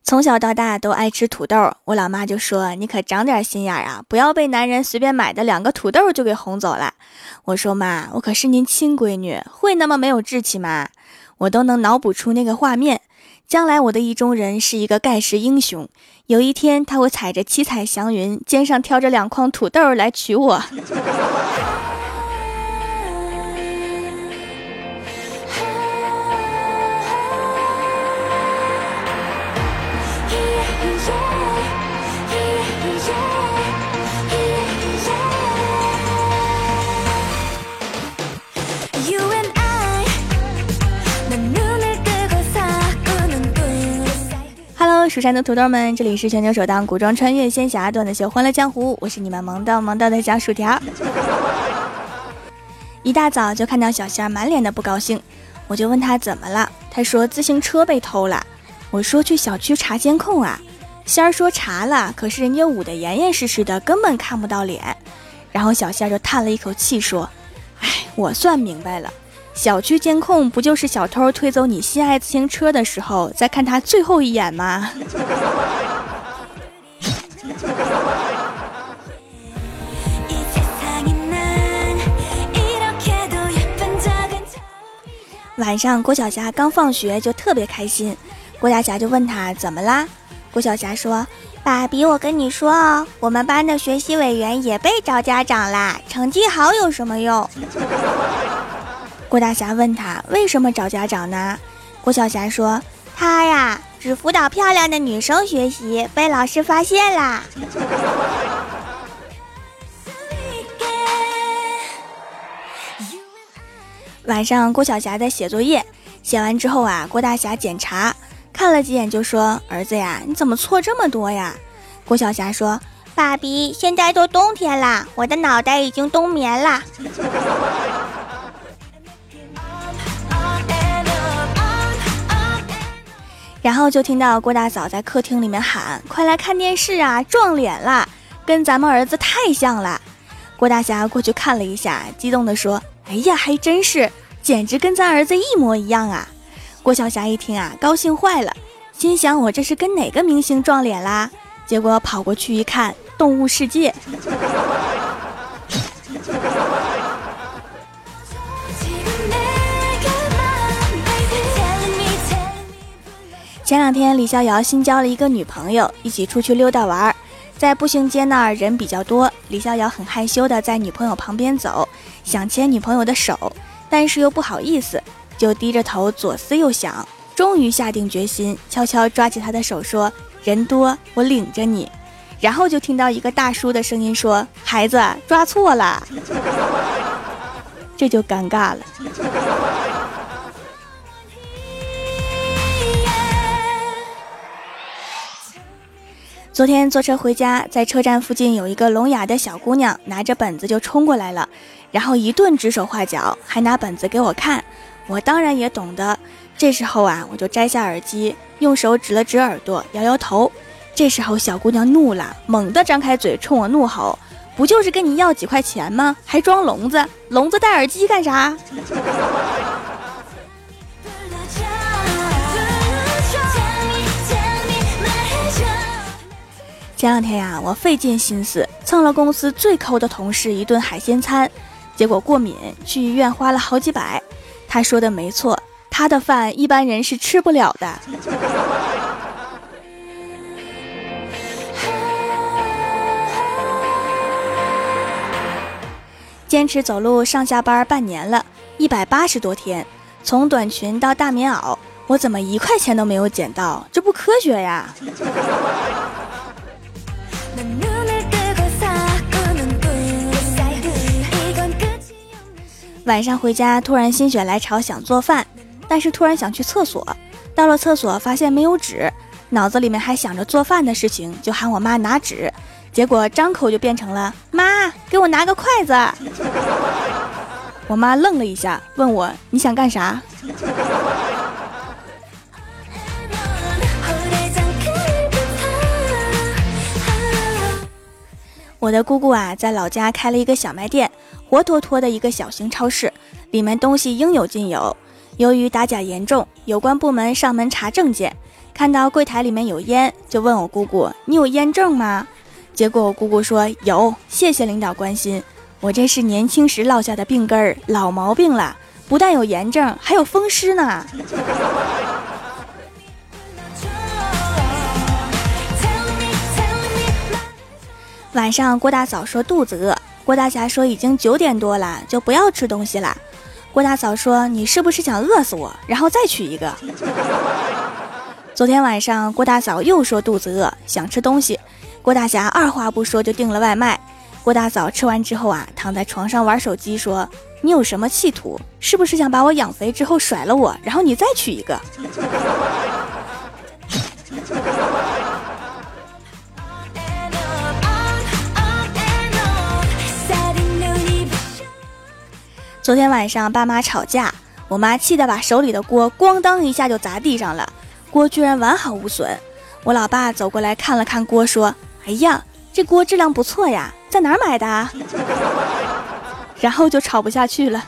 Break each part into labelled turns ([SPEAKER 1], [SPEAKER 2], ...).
[SPEAKER 1] 从小到大都爱吃土豆，我老妈就说你可长点心眼啊，不要被男人随便买的2个土豆就给哄走了。我说妈，我可是您亲闺女，会那么没有志气吗？我都能脑补出那个画面，将来我的意中人是一个盖世英雄，有一天他会踩着七彩祥云，肩上挑着2筐土豆来娶我。Hello， 蜀山的土豆们，这里是全球首档古装穿越仙侠段子秀《欢乐江湖》，我是你们萌到的小薯条。一大早就看到小仙儿满脸的不高兴，我就问他怎么了，他说自行车被偷了。我说去小区查监控啊，仙儿说查了，可是人家捂得严严实实的，根本看不到脸。然后小仙儿就叹了一口气说，哎，我算明白了，小区监控不就是小偷推走你心爱自行车的时候再看他最后一眼吗？晚上郭晓霞刚放学就特别开心，郭大侠就问他怎么啦？郭晓霞说，爸比，我跟你说哦，我们班的学习委员也被找家长啦，成绩好有什么用？郭大侠问他为什么找家长呢？郭晓霞说，他呀只辅导漂亮的女生学习，被老师发现啦。晚上郭晓霞在写作业，写完之后啊，郭大侠检查看了几眼就说，儿子呀，你怎么错这么多呀？郭晓霞说，爸比，现在都冬天啦，我的脑袋已经冬眠啦。然后就听到郭大嫂在客厅里面喊，快来看电视啊，撞脸啦，跟咱们儿子太像了。郭大侠过去看了一下，激动地说，哎呀，还真是，简直跟咱儿子一模一样啊。郭晓霞一听啊，高兴坏了，心想我这是跟哪个明星撞脸啦？结果跑过去一看，动物世界。前2天李逍遥新交了一个女朋友，一起出去溜达玩，在步行街那儿人比较多，李逍遥很害羞的在女朋友旁边走，想牵女朋友的手，但是又不好意思，就低着头左思右想，终于下定决心，悄悄抓起她的手说，人多我领着你。然后就听到一个大叔的声音说，孩子抓错了。这就尴尬了。昨天坐车回家，在车站附近有一个聋哑的小姑娘拿着本子就冲过来了，然后一顿指手画脚，还拿本子给我看，我当然也懂得。这时候啊，我就摘下耳机，用手指了指耳朵，摇摇头。这时候小姑娘怒了，猛地张开嘴冲我怒吼，不就是跟你要几块钱吗？还装聋子，聋子戴耳机干啥？前2天呀，我费尽心思蹭了公司最抠的同事一顿海鲜餐，结果过敏，去医院花了好几百。他说的没错，他的饭一般人是吃不了的。坚持走路上下班半年了，180多天，从短裙到大棉袄，我怎么1块钱都没有捡到？这不科学呀！晚上回家突然心血来潮想做饭，但是突然想去厕所，到了厕所发现没有纸，脑子里面还想着做饭的事情，就喊我妈拿纸，结果张口就变成了妈给我拿个筷子。我妈愣了一下，问我你想干啥？我的姑姑啊，在老家开了一个小卖店，活脱脱的一个小型超市，里面东西应有尽有。由于打假严重，有关部门上门查证件， 看到柜台里面有烟，就问我姑姑，你有烟症吗？结果我姑姑说有，谢谢领导关心，我这是年轻时落下的病根儿，老毛病了，不但有炎症，还有风湿呢。晚上郭大嫂说肚子饿，郭大侠说已经9点多了，就不要吃东西了。郭大嫂说你是不是想饿死我，然后再娶一个。昨天晚上郭大嫂又说肚子饿，想吃东西，郭大侠二话不说就订了外卖。郭大嫂吃完之后啊，躺在床上玩手机说，你有什么企图？是不是想把我养肥之后甩了我，然后你再娶一个？昨天晚上爸妈吵架，我妈气得把手里的锅咣当一下就砸地上了，锅居然完好无损。我老爸走过来看了看锅说，哎呀，这锅质量不错呀，在哪儿买的啊？然后就吵不下去了。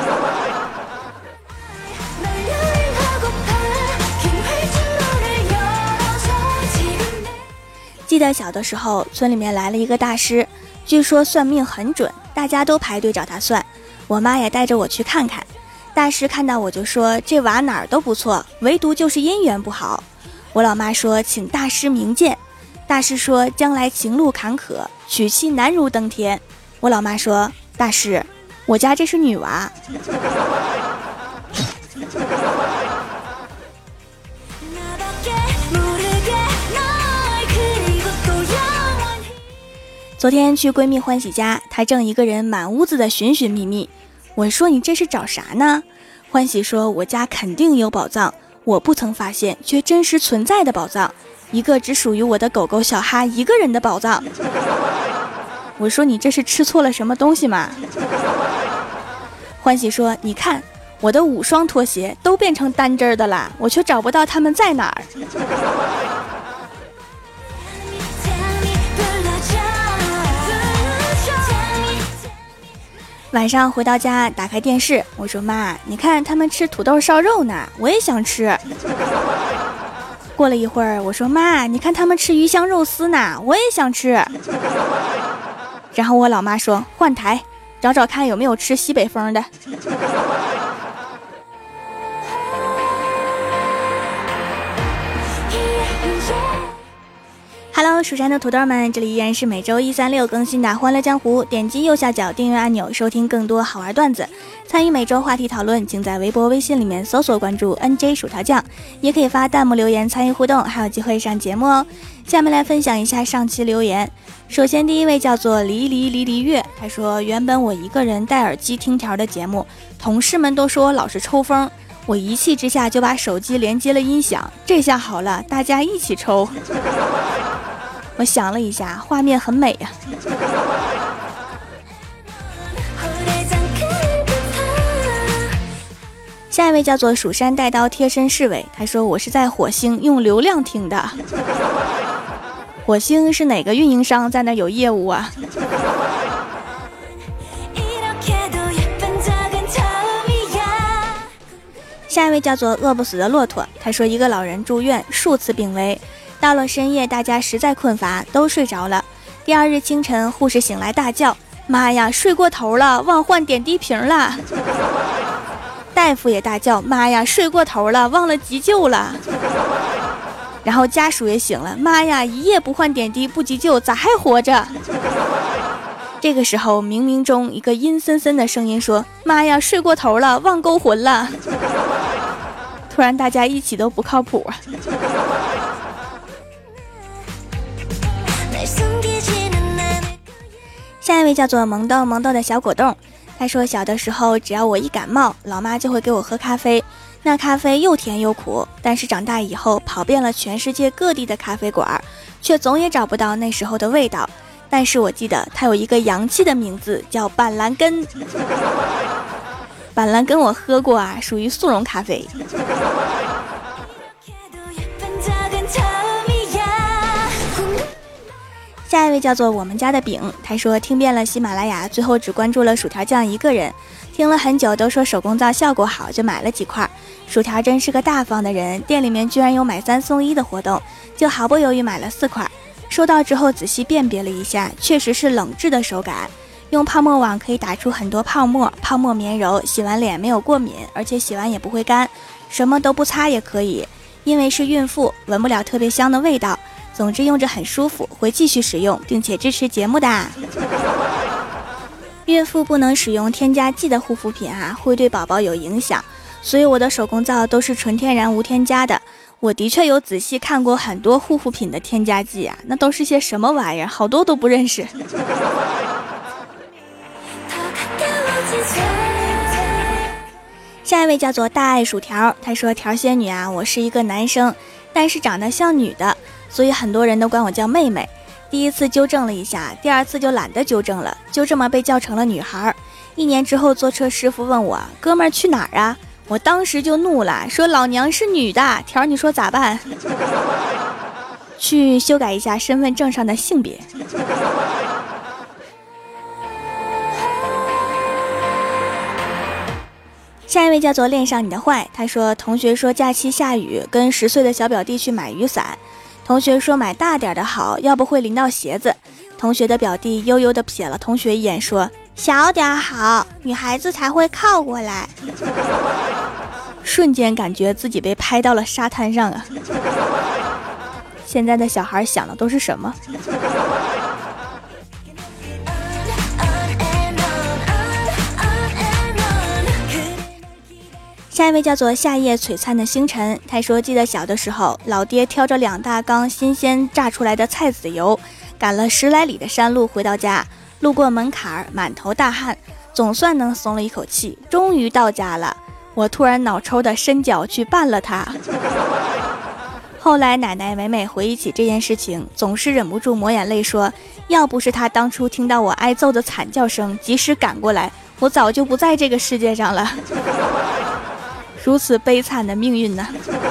[SPEAKER 1] 记得小的时候，村里面来了一个大师，据说算命很准，大家都排队找他算。我妈也带着我去看看，大师看到我就说，这娃哪儿都不错，唯独就是姻缘不好。我老妈说，请大师明鉴。大师说，将来情路坎坷，娶妻难如登天。我老妈说，大师，我家这是女娃。昨天去闺蜜欢喜家，她正一个人满屋子的寻寻觅觅。我说你这是找啥呢？欢喜说，我家肯定有宝藏，我不曾发现却真实存在的宝藏，一个只属于我的狗狗小哈一个人的宝藏。我说你这是吃错了什么东西吗？欢喜说，你看我的5双拖鞋都变成单针的啦，我却找不到它们在哪儿。晚上回到家，打开电视，我说妈，你看他们吃土豆烧肉呢，我也想吃。过了一会儿，我说妈，你看他们吃鱼香肉丝呢，我也想吃。然后我老妈说，换台，找找看有没有吃西北风的。Hello， 蜀山的土豆们，这里依然是每周1、3、6更新的《欢乐江湖》。点击右下角订阅按钮，收听更多好玩段子。参与每周话题讨论，请在微博、微信里面搜索关注 NJ 薯条酱，也可以发弹幕留言参与互动，还有机会上节目哦。下面来分享一下上期留言。首先第一位叫做离月，他说，原本我一个人戴耳机听条的节目，同事们都说我老是抽风，我一气之下就把手机连接了音响，这下好了，大家一起抽。我想了一下，画面很美呀。下一位叫做蜀山带刀贴身侍卫，他说，我是在火星用流量听的。火星是哪个运营商在那有业务啊？下一位叫做饿不死的骆驼，他说，一个老人住院数次病危，到了深夜，大家实在困乏，都睡着了。第二日清晨，护士醒来大叫，妈呀，睡过头了，忘换点滴瓶了。大夫也大叫，妈呀，睡过头了，忘了急救了。然后家属也醒了，妈呀，一夜不换点滴不急救，咋还活着？这个时候冥冥中一个阴森森的声音说，妈呀，睡过头了，忘勾魂了。突然大家一起都不靠谱啊。下一位叫做萌豆萌豆的小果冻，他说，小的时候只要我一感冒，老妈就会给我喝咖啡，那咖啡又甜又苦，但是长大以后跑遍了全世界各地的咖啡馆，却总也找不到那时候的味道。但是我记得它有一个洋气的名字，叫板蓝根。板蓝根我喝过啊，属于速溶咖啡。下一位叫做我们家的饼，他说，听遍了喜马拉雅，最后只关注了薯条酱一个人，听了很久都说手工皂效果好，就买了几块， 薯条真是个大方的人，店里面居然有买3送1的活动，就毫不犹豫买了4块。收到之后仔细辨别了一下，确实是冷制的手感，用泡沫网可以打出很多泡沫，泡沫绵柔，洗完脸没有过敏，而且洗完也不会干，什么都不擦也可以。因为是孕妇，闻不了特别香的味道，总之用着很舒服，会继续使用，并且支持节目的。孕妇不能使用添加剂的护肤品啊，会对宝宝有影响，所以我的手工皂都是纯天然无添加的。我的确有仔细看过很多护肤品的添加剂啊，那都是些什么玩意儿，好多都不认识。下一位叫做大爱薯条，他说条仙女啊，我是一个男生，但是长得像女的，所以很多人都管我叫妹妹。第一次纠正了一下，第二次就懒得纠正了，就这么被叫成了女孩。1年之后，坐车师傅问我，哥们儿去哪儿啊？我当时就怒了，说老娘是女的，条你说咋办？去修改一下身份证上的性别。下一位叫做恋上你的坏，他说同学说假期下雨，跟10岁的小表弟去买雨伞，同学说买大点的好，要不会淋到鞋子。同学的表弟悠悠地瞥了同学一眼，说小点好，女孩子才会靠过来。瞬间感觉自己被拍到了沙滩上啊！现在的小孩想的都是什么？下一位叫做夏夜璀璨的星辰，他说记得小的时候，老爹挑着2大缸新鲜榨出来的菜籽油，赶了10来里的山路回到家，路过门槛满头大汗，总算能松了一口气，终于到家了。我突然脑抽的伸脚去绊了他。后来奶奶每每回忆起这件事情，总是忍不住抹眼泪说，要不是他当初听到我挨揍的惨叫声及时赶过来，我早就不在这个世界上了。如此悲惨的命运呢？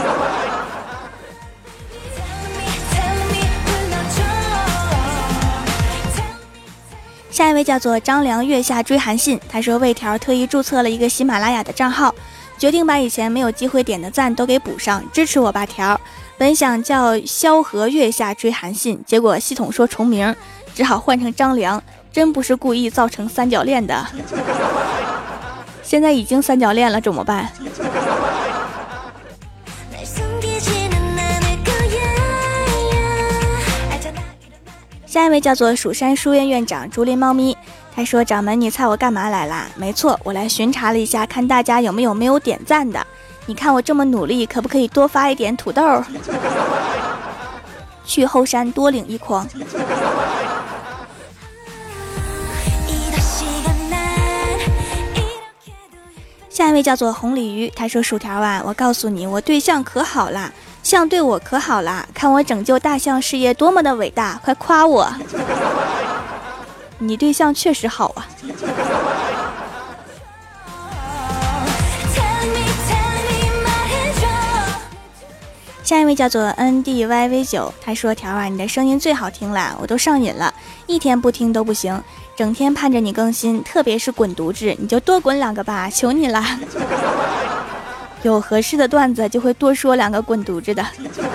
[SPEAKER 1] 下一位叫做张良月下追韩信，他说魏条特意注册了一个喜马拉雅的账号，决定把以前没有机会点的赞都给补上，支持我吧条。本想叫萧何月下追韩信，结果系统说重名，只好换成张良，真不是故意造成三角恋的。现在已经三角恋了怎么办？下一位叫做蜀山书院院长竹林猫咪，他说掌门你猜我干嘛来啦？没错，我来巡查了一下，看大家有没有点赞的。你看我这么努力，可不可以多发一点土豆？去后山多领一筐。下一位叫做红鲤鱼，他说薯条啊，我告诉你，我对象可好啦，象对我可好啦，看我拯救大象事业多么的伟大，快夸我。你对象确实好啊。下一位叫做 NDYV9， 他说条啊，你的声音最好听了，我都上瘾了，一天不听都不行，整天盼着你更新，特别是滚犊子，你就多滚2个吧，求你了。有合适的段子就会多说2个滚犊子的。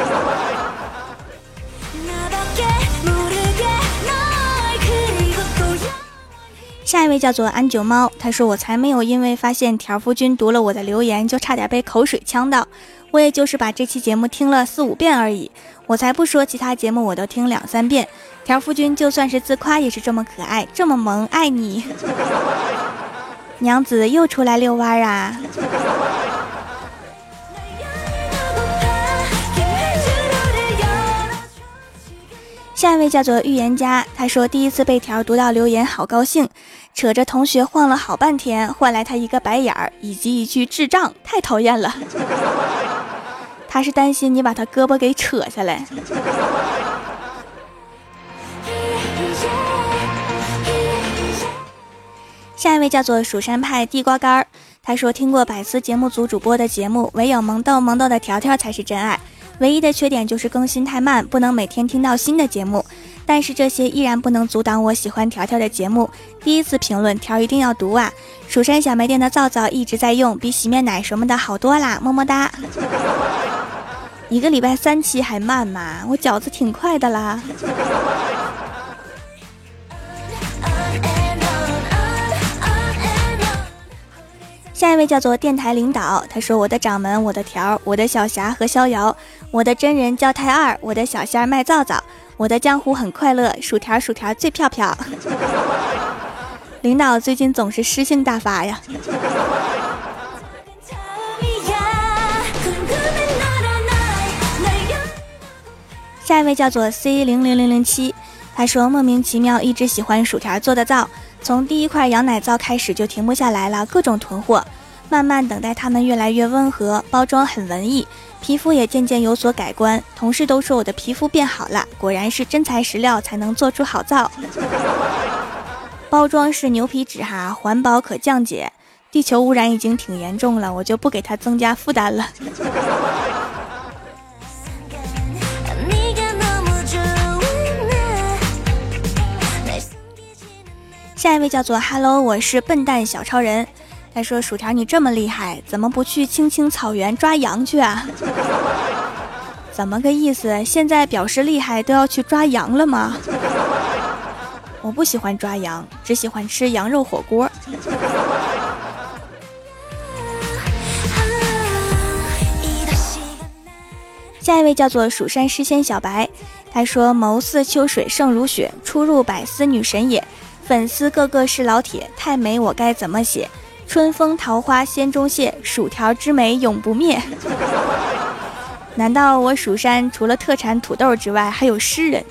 [SPEAKER 1] 下一位叫做安九猫，他说我才没有因为发现条夫君读了我的留言就差点被口水呛到，我也就是把这期节目听了4、5遍而已，我才不说其他节目我都听2、3遍，条夫君就算是自夸也是这么可爱，这么萌，爱你。娘子又出来遛弯啊。下一位叫做预言家，他说第一次被条读到留言好高兴，扯着同学晃了好半天，换来他一个白眼儿以及一句智障，太讨厌了。他是担心你把他胳膊给扯下来。下一位叫做蜀山派地瓜干，他说听过百思节目组主播的节目，唯有萌豆的条条才是真爱，唯一的缺点就是更新太慢，不能每天听到新的节目。 但是这些依然不能阻挡我喜欢条条的节目。第一次评论条一定要读啊！蜀山小卖店的皂皂一直在用，比洗面奶什么的好多啦，么么哒。一个礼拜3期还慢吗？我饺子挺快的啦。下一位叫做电台领导，他说我的掌门，我的条，我的小霞和逍遥，我的真人叫太二，我的小仙儿卖皂皂，我的江湖很快乐，薯条薯条最漂漂。领导最近总是诗性大发呀。下一位叫做 C00007， 他说莫名其妙一直喜欢薯条做的皂，从第一块羊奶皂开始就停不下来了，各种囤货，慢慢等待它们越来越温和，包装很文艺，皮肤也渐渐有所改观，同事都说我的皮肤变好了，果然是真材实料才能做出好皂。包装是牛皮纸哈，环保可降解，地球污染已经挺严重了，我就不给它增加负担了。下一位叫做 Hello， 我是笨蛋小超人。他说薯条你这么厉害，怎么不去青青草原抓羊去啊？怎么个意思？现在表示厉害都要去抓羊了吗？我不喜欢抓羊，只喜欢吃羊肉火锅。下一位叫做蜀山诗仙小白，他说眸似秋水胜如雪，出入百思女神也，粉丝个个是老铁，太美我该怎么写？春风桃花仙中谢，薯条之美永不灭。难道我蜀山除了特产土豆之外还有诗人？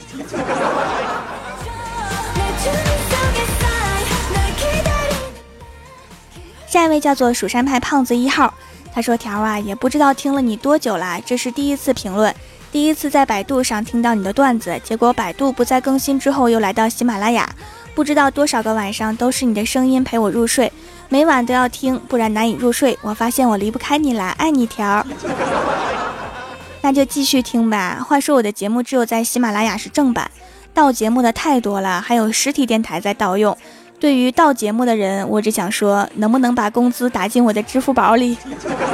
[SPEAKER 1] 下一位叫做蜀山派胖子1号，他说条啊，也不知道听了你多久啦，这是第一次评论，第一次在百度上听到你的段子，结果百度不再更新之后又来到喜马拉雅，不知道多少个晚上都是你的声音陪我入睡，每晚都要听，不然难以入睡，我发现我离不开你啦，爱你条。那就继续听吧。话说我的节目只有在喜马拉雅是正版，盗节目的太多了，还有实体电台在盗用。对于盗节目的人，我只想说，能不能把工资打进我的支付宝里？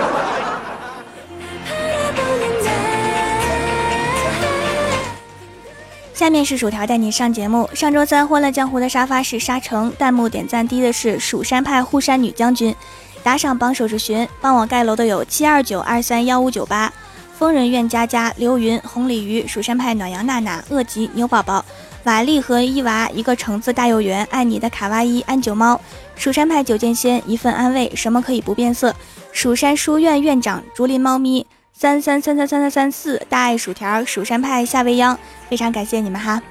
[SPEAKER 1] 下面是薯条带你上节目。上周三欢乐江湖的沙发是沙城，弹幕点赞低的是蜀山派护山女将军，打赏榜首是寻，帮我盖楼的有729231598，疯人院佳佳、刘云、红鲤鱼、蜀山派暖阳娜娜、恶吉、牛宝宝、瓦力和伊娃、一个橙子大幼圆、爱你的卡哇伊、安九猫、蜀山派九剑仙、一份安慰、什么可以不变色、蜀山书院院长、竹林猫咪、33333334、大爱薯条、蜀山派夏未央，非常感谢你们哈，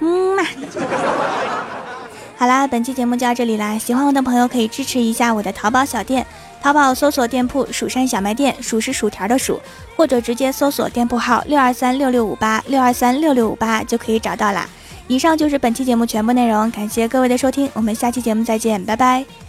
[SPEAKER 1] 好啦，本期节目就到这里啦，喜欢我的朋友可以支持一下我的淘宝小店，淘宝搜索店铺蜀山小卖店，蜀是薯条的蜀，或者直接搜索店铺号6236658，6236658就可以找到啦。以上就是本期节目全部内容，感谢各位的收听，我们下期节目再见，拜拜。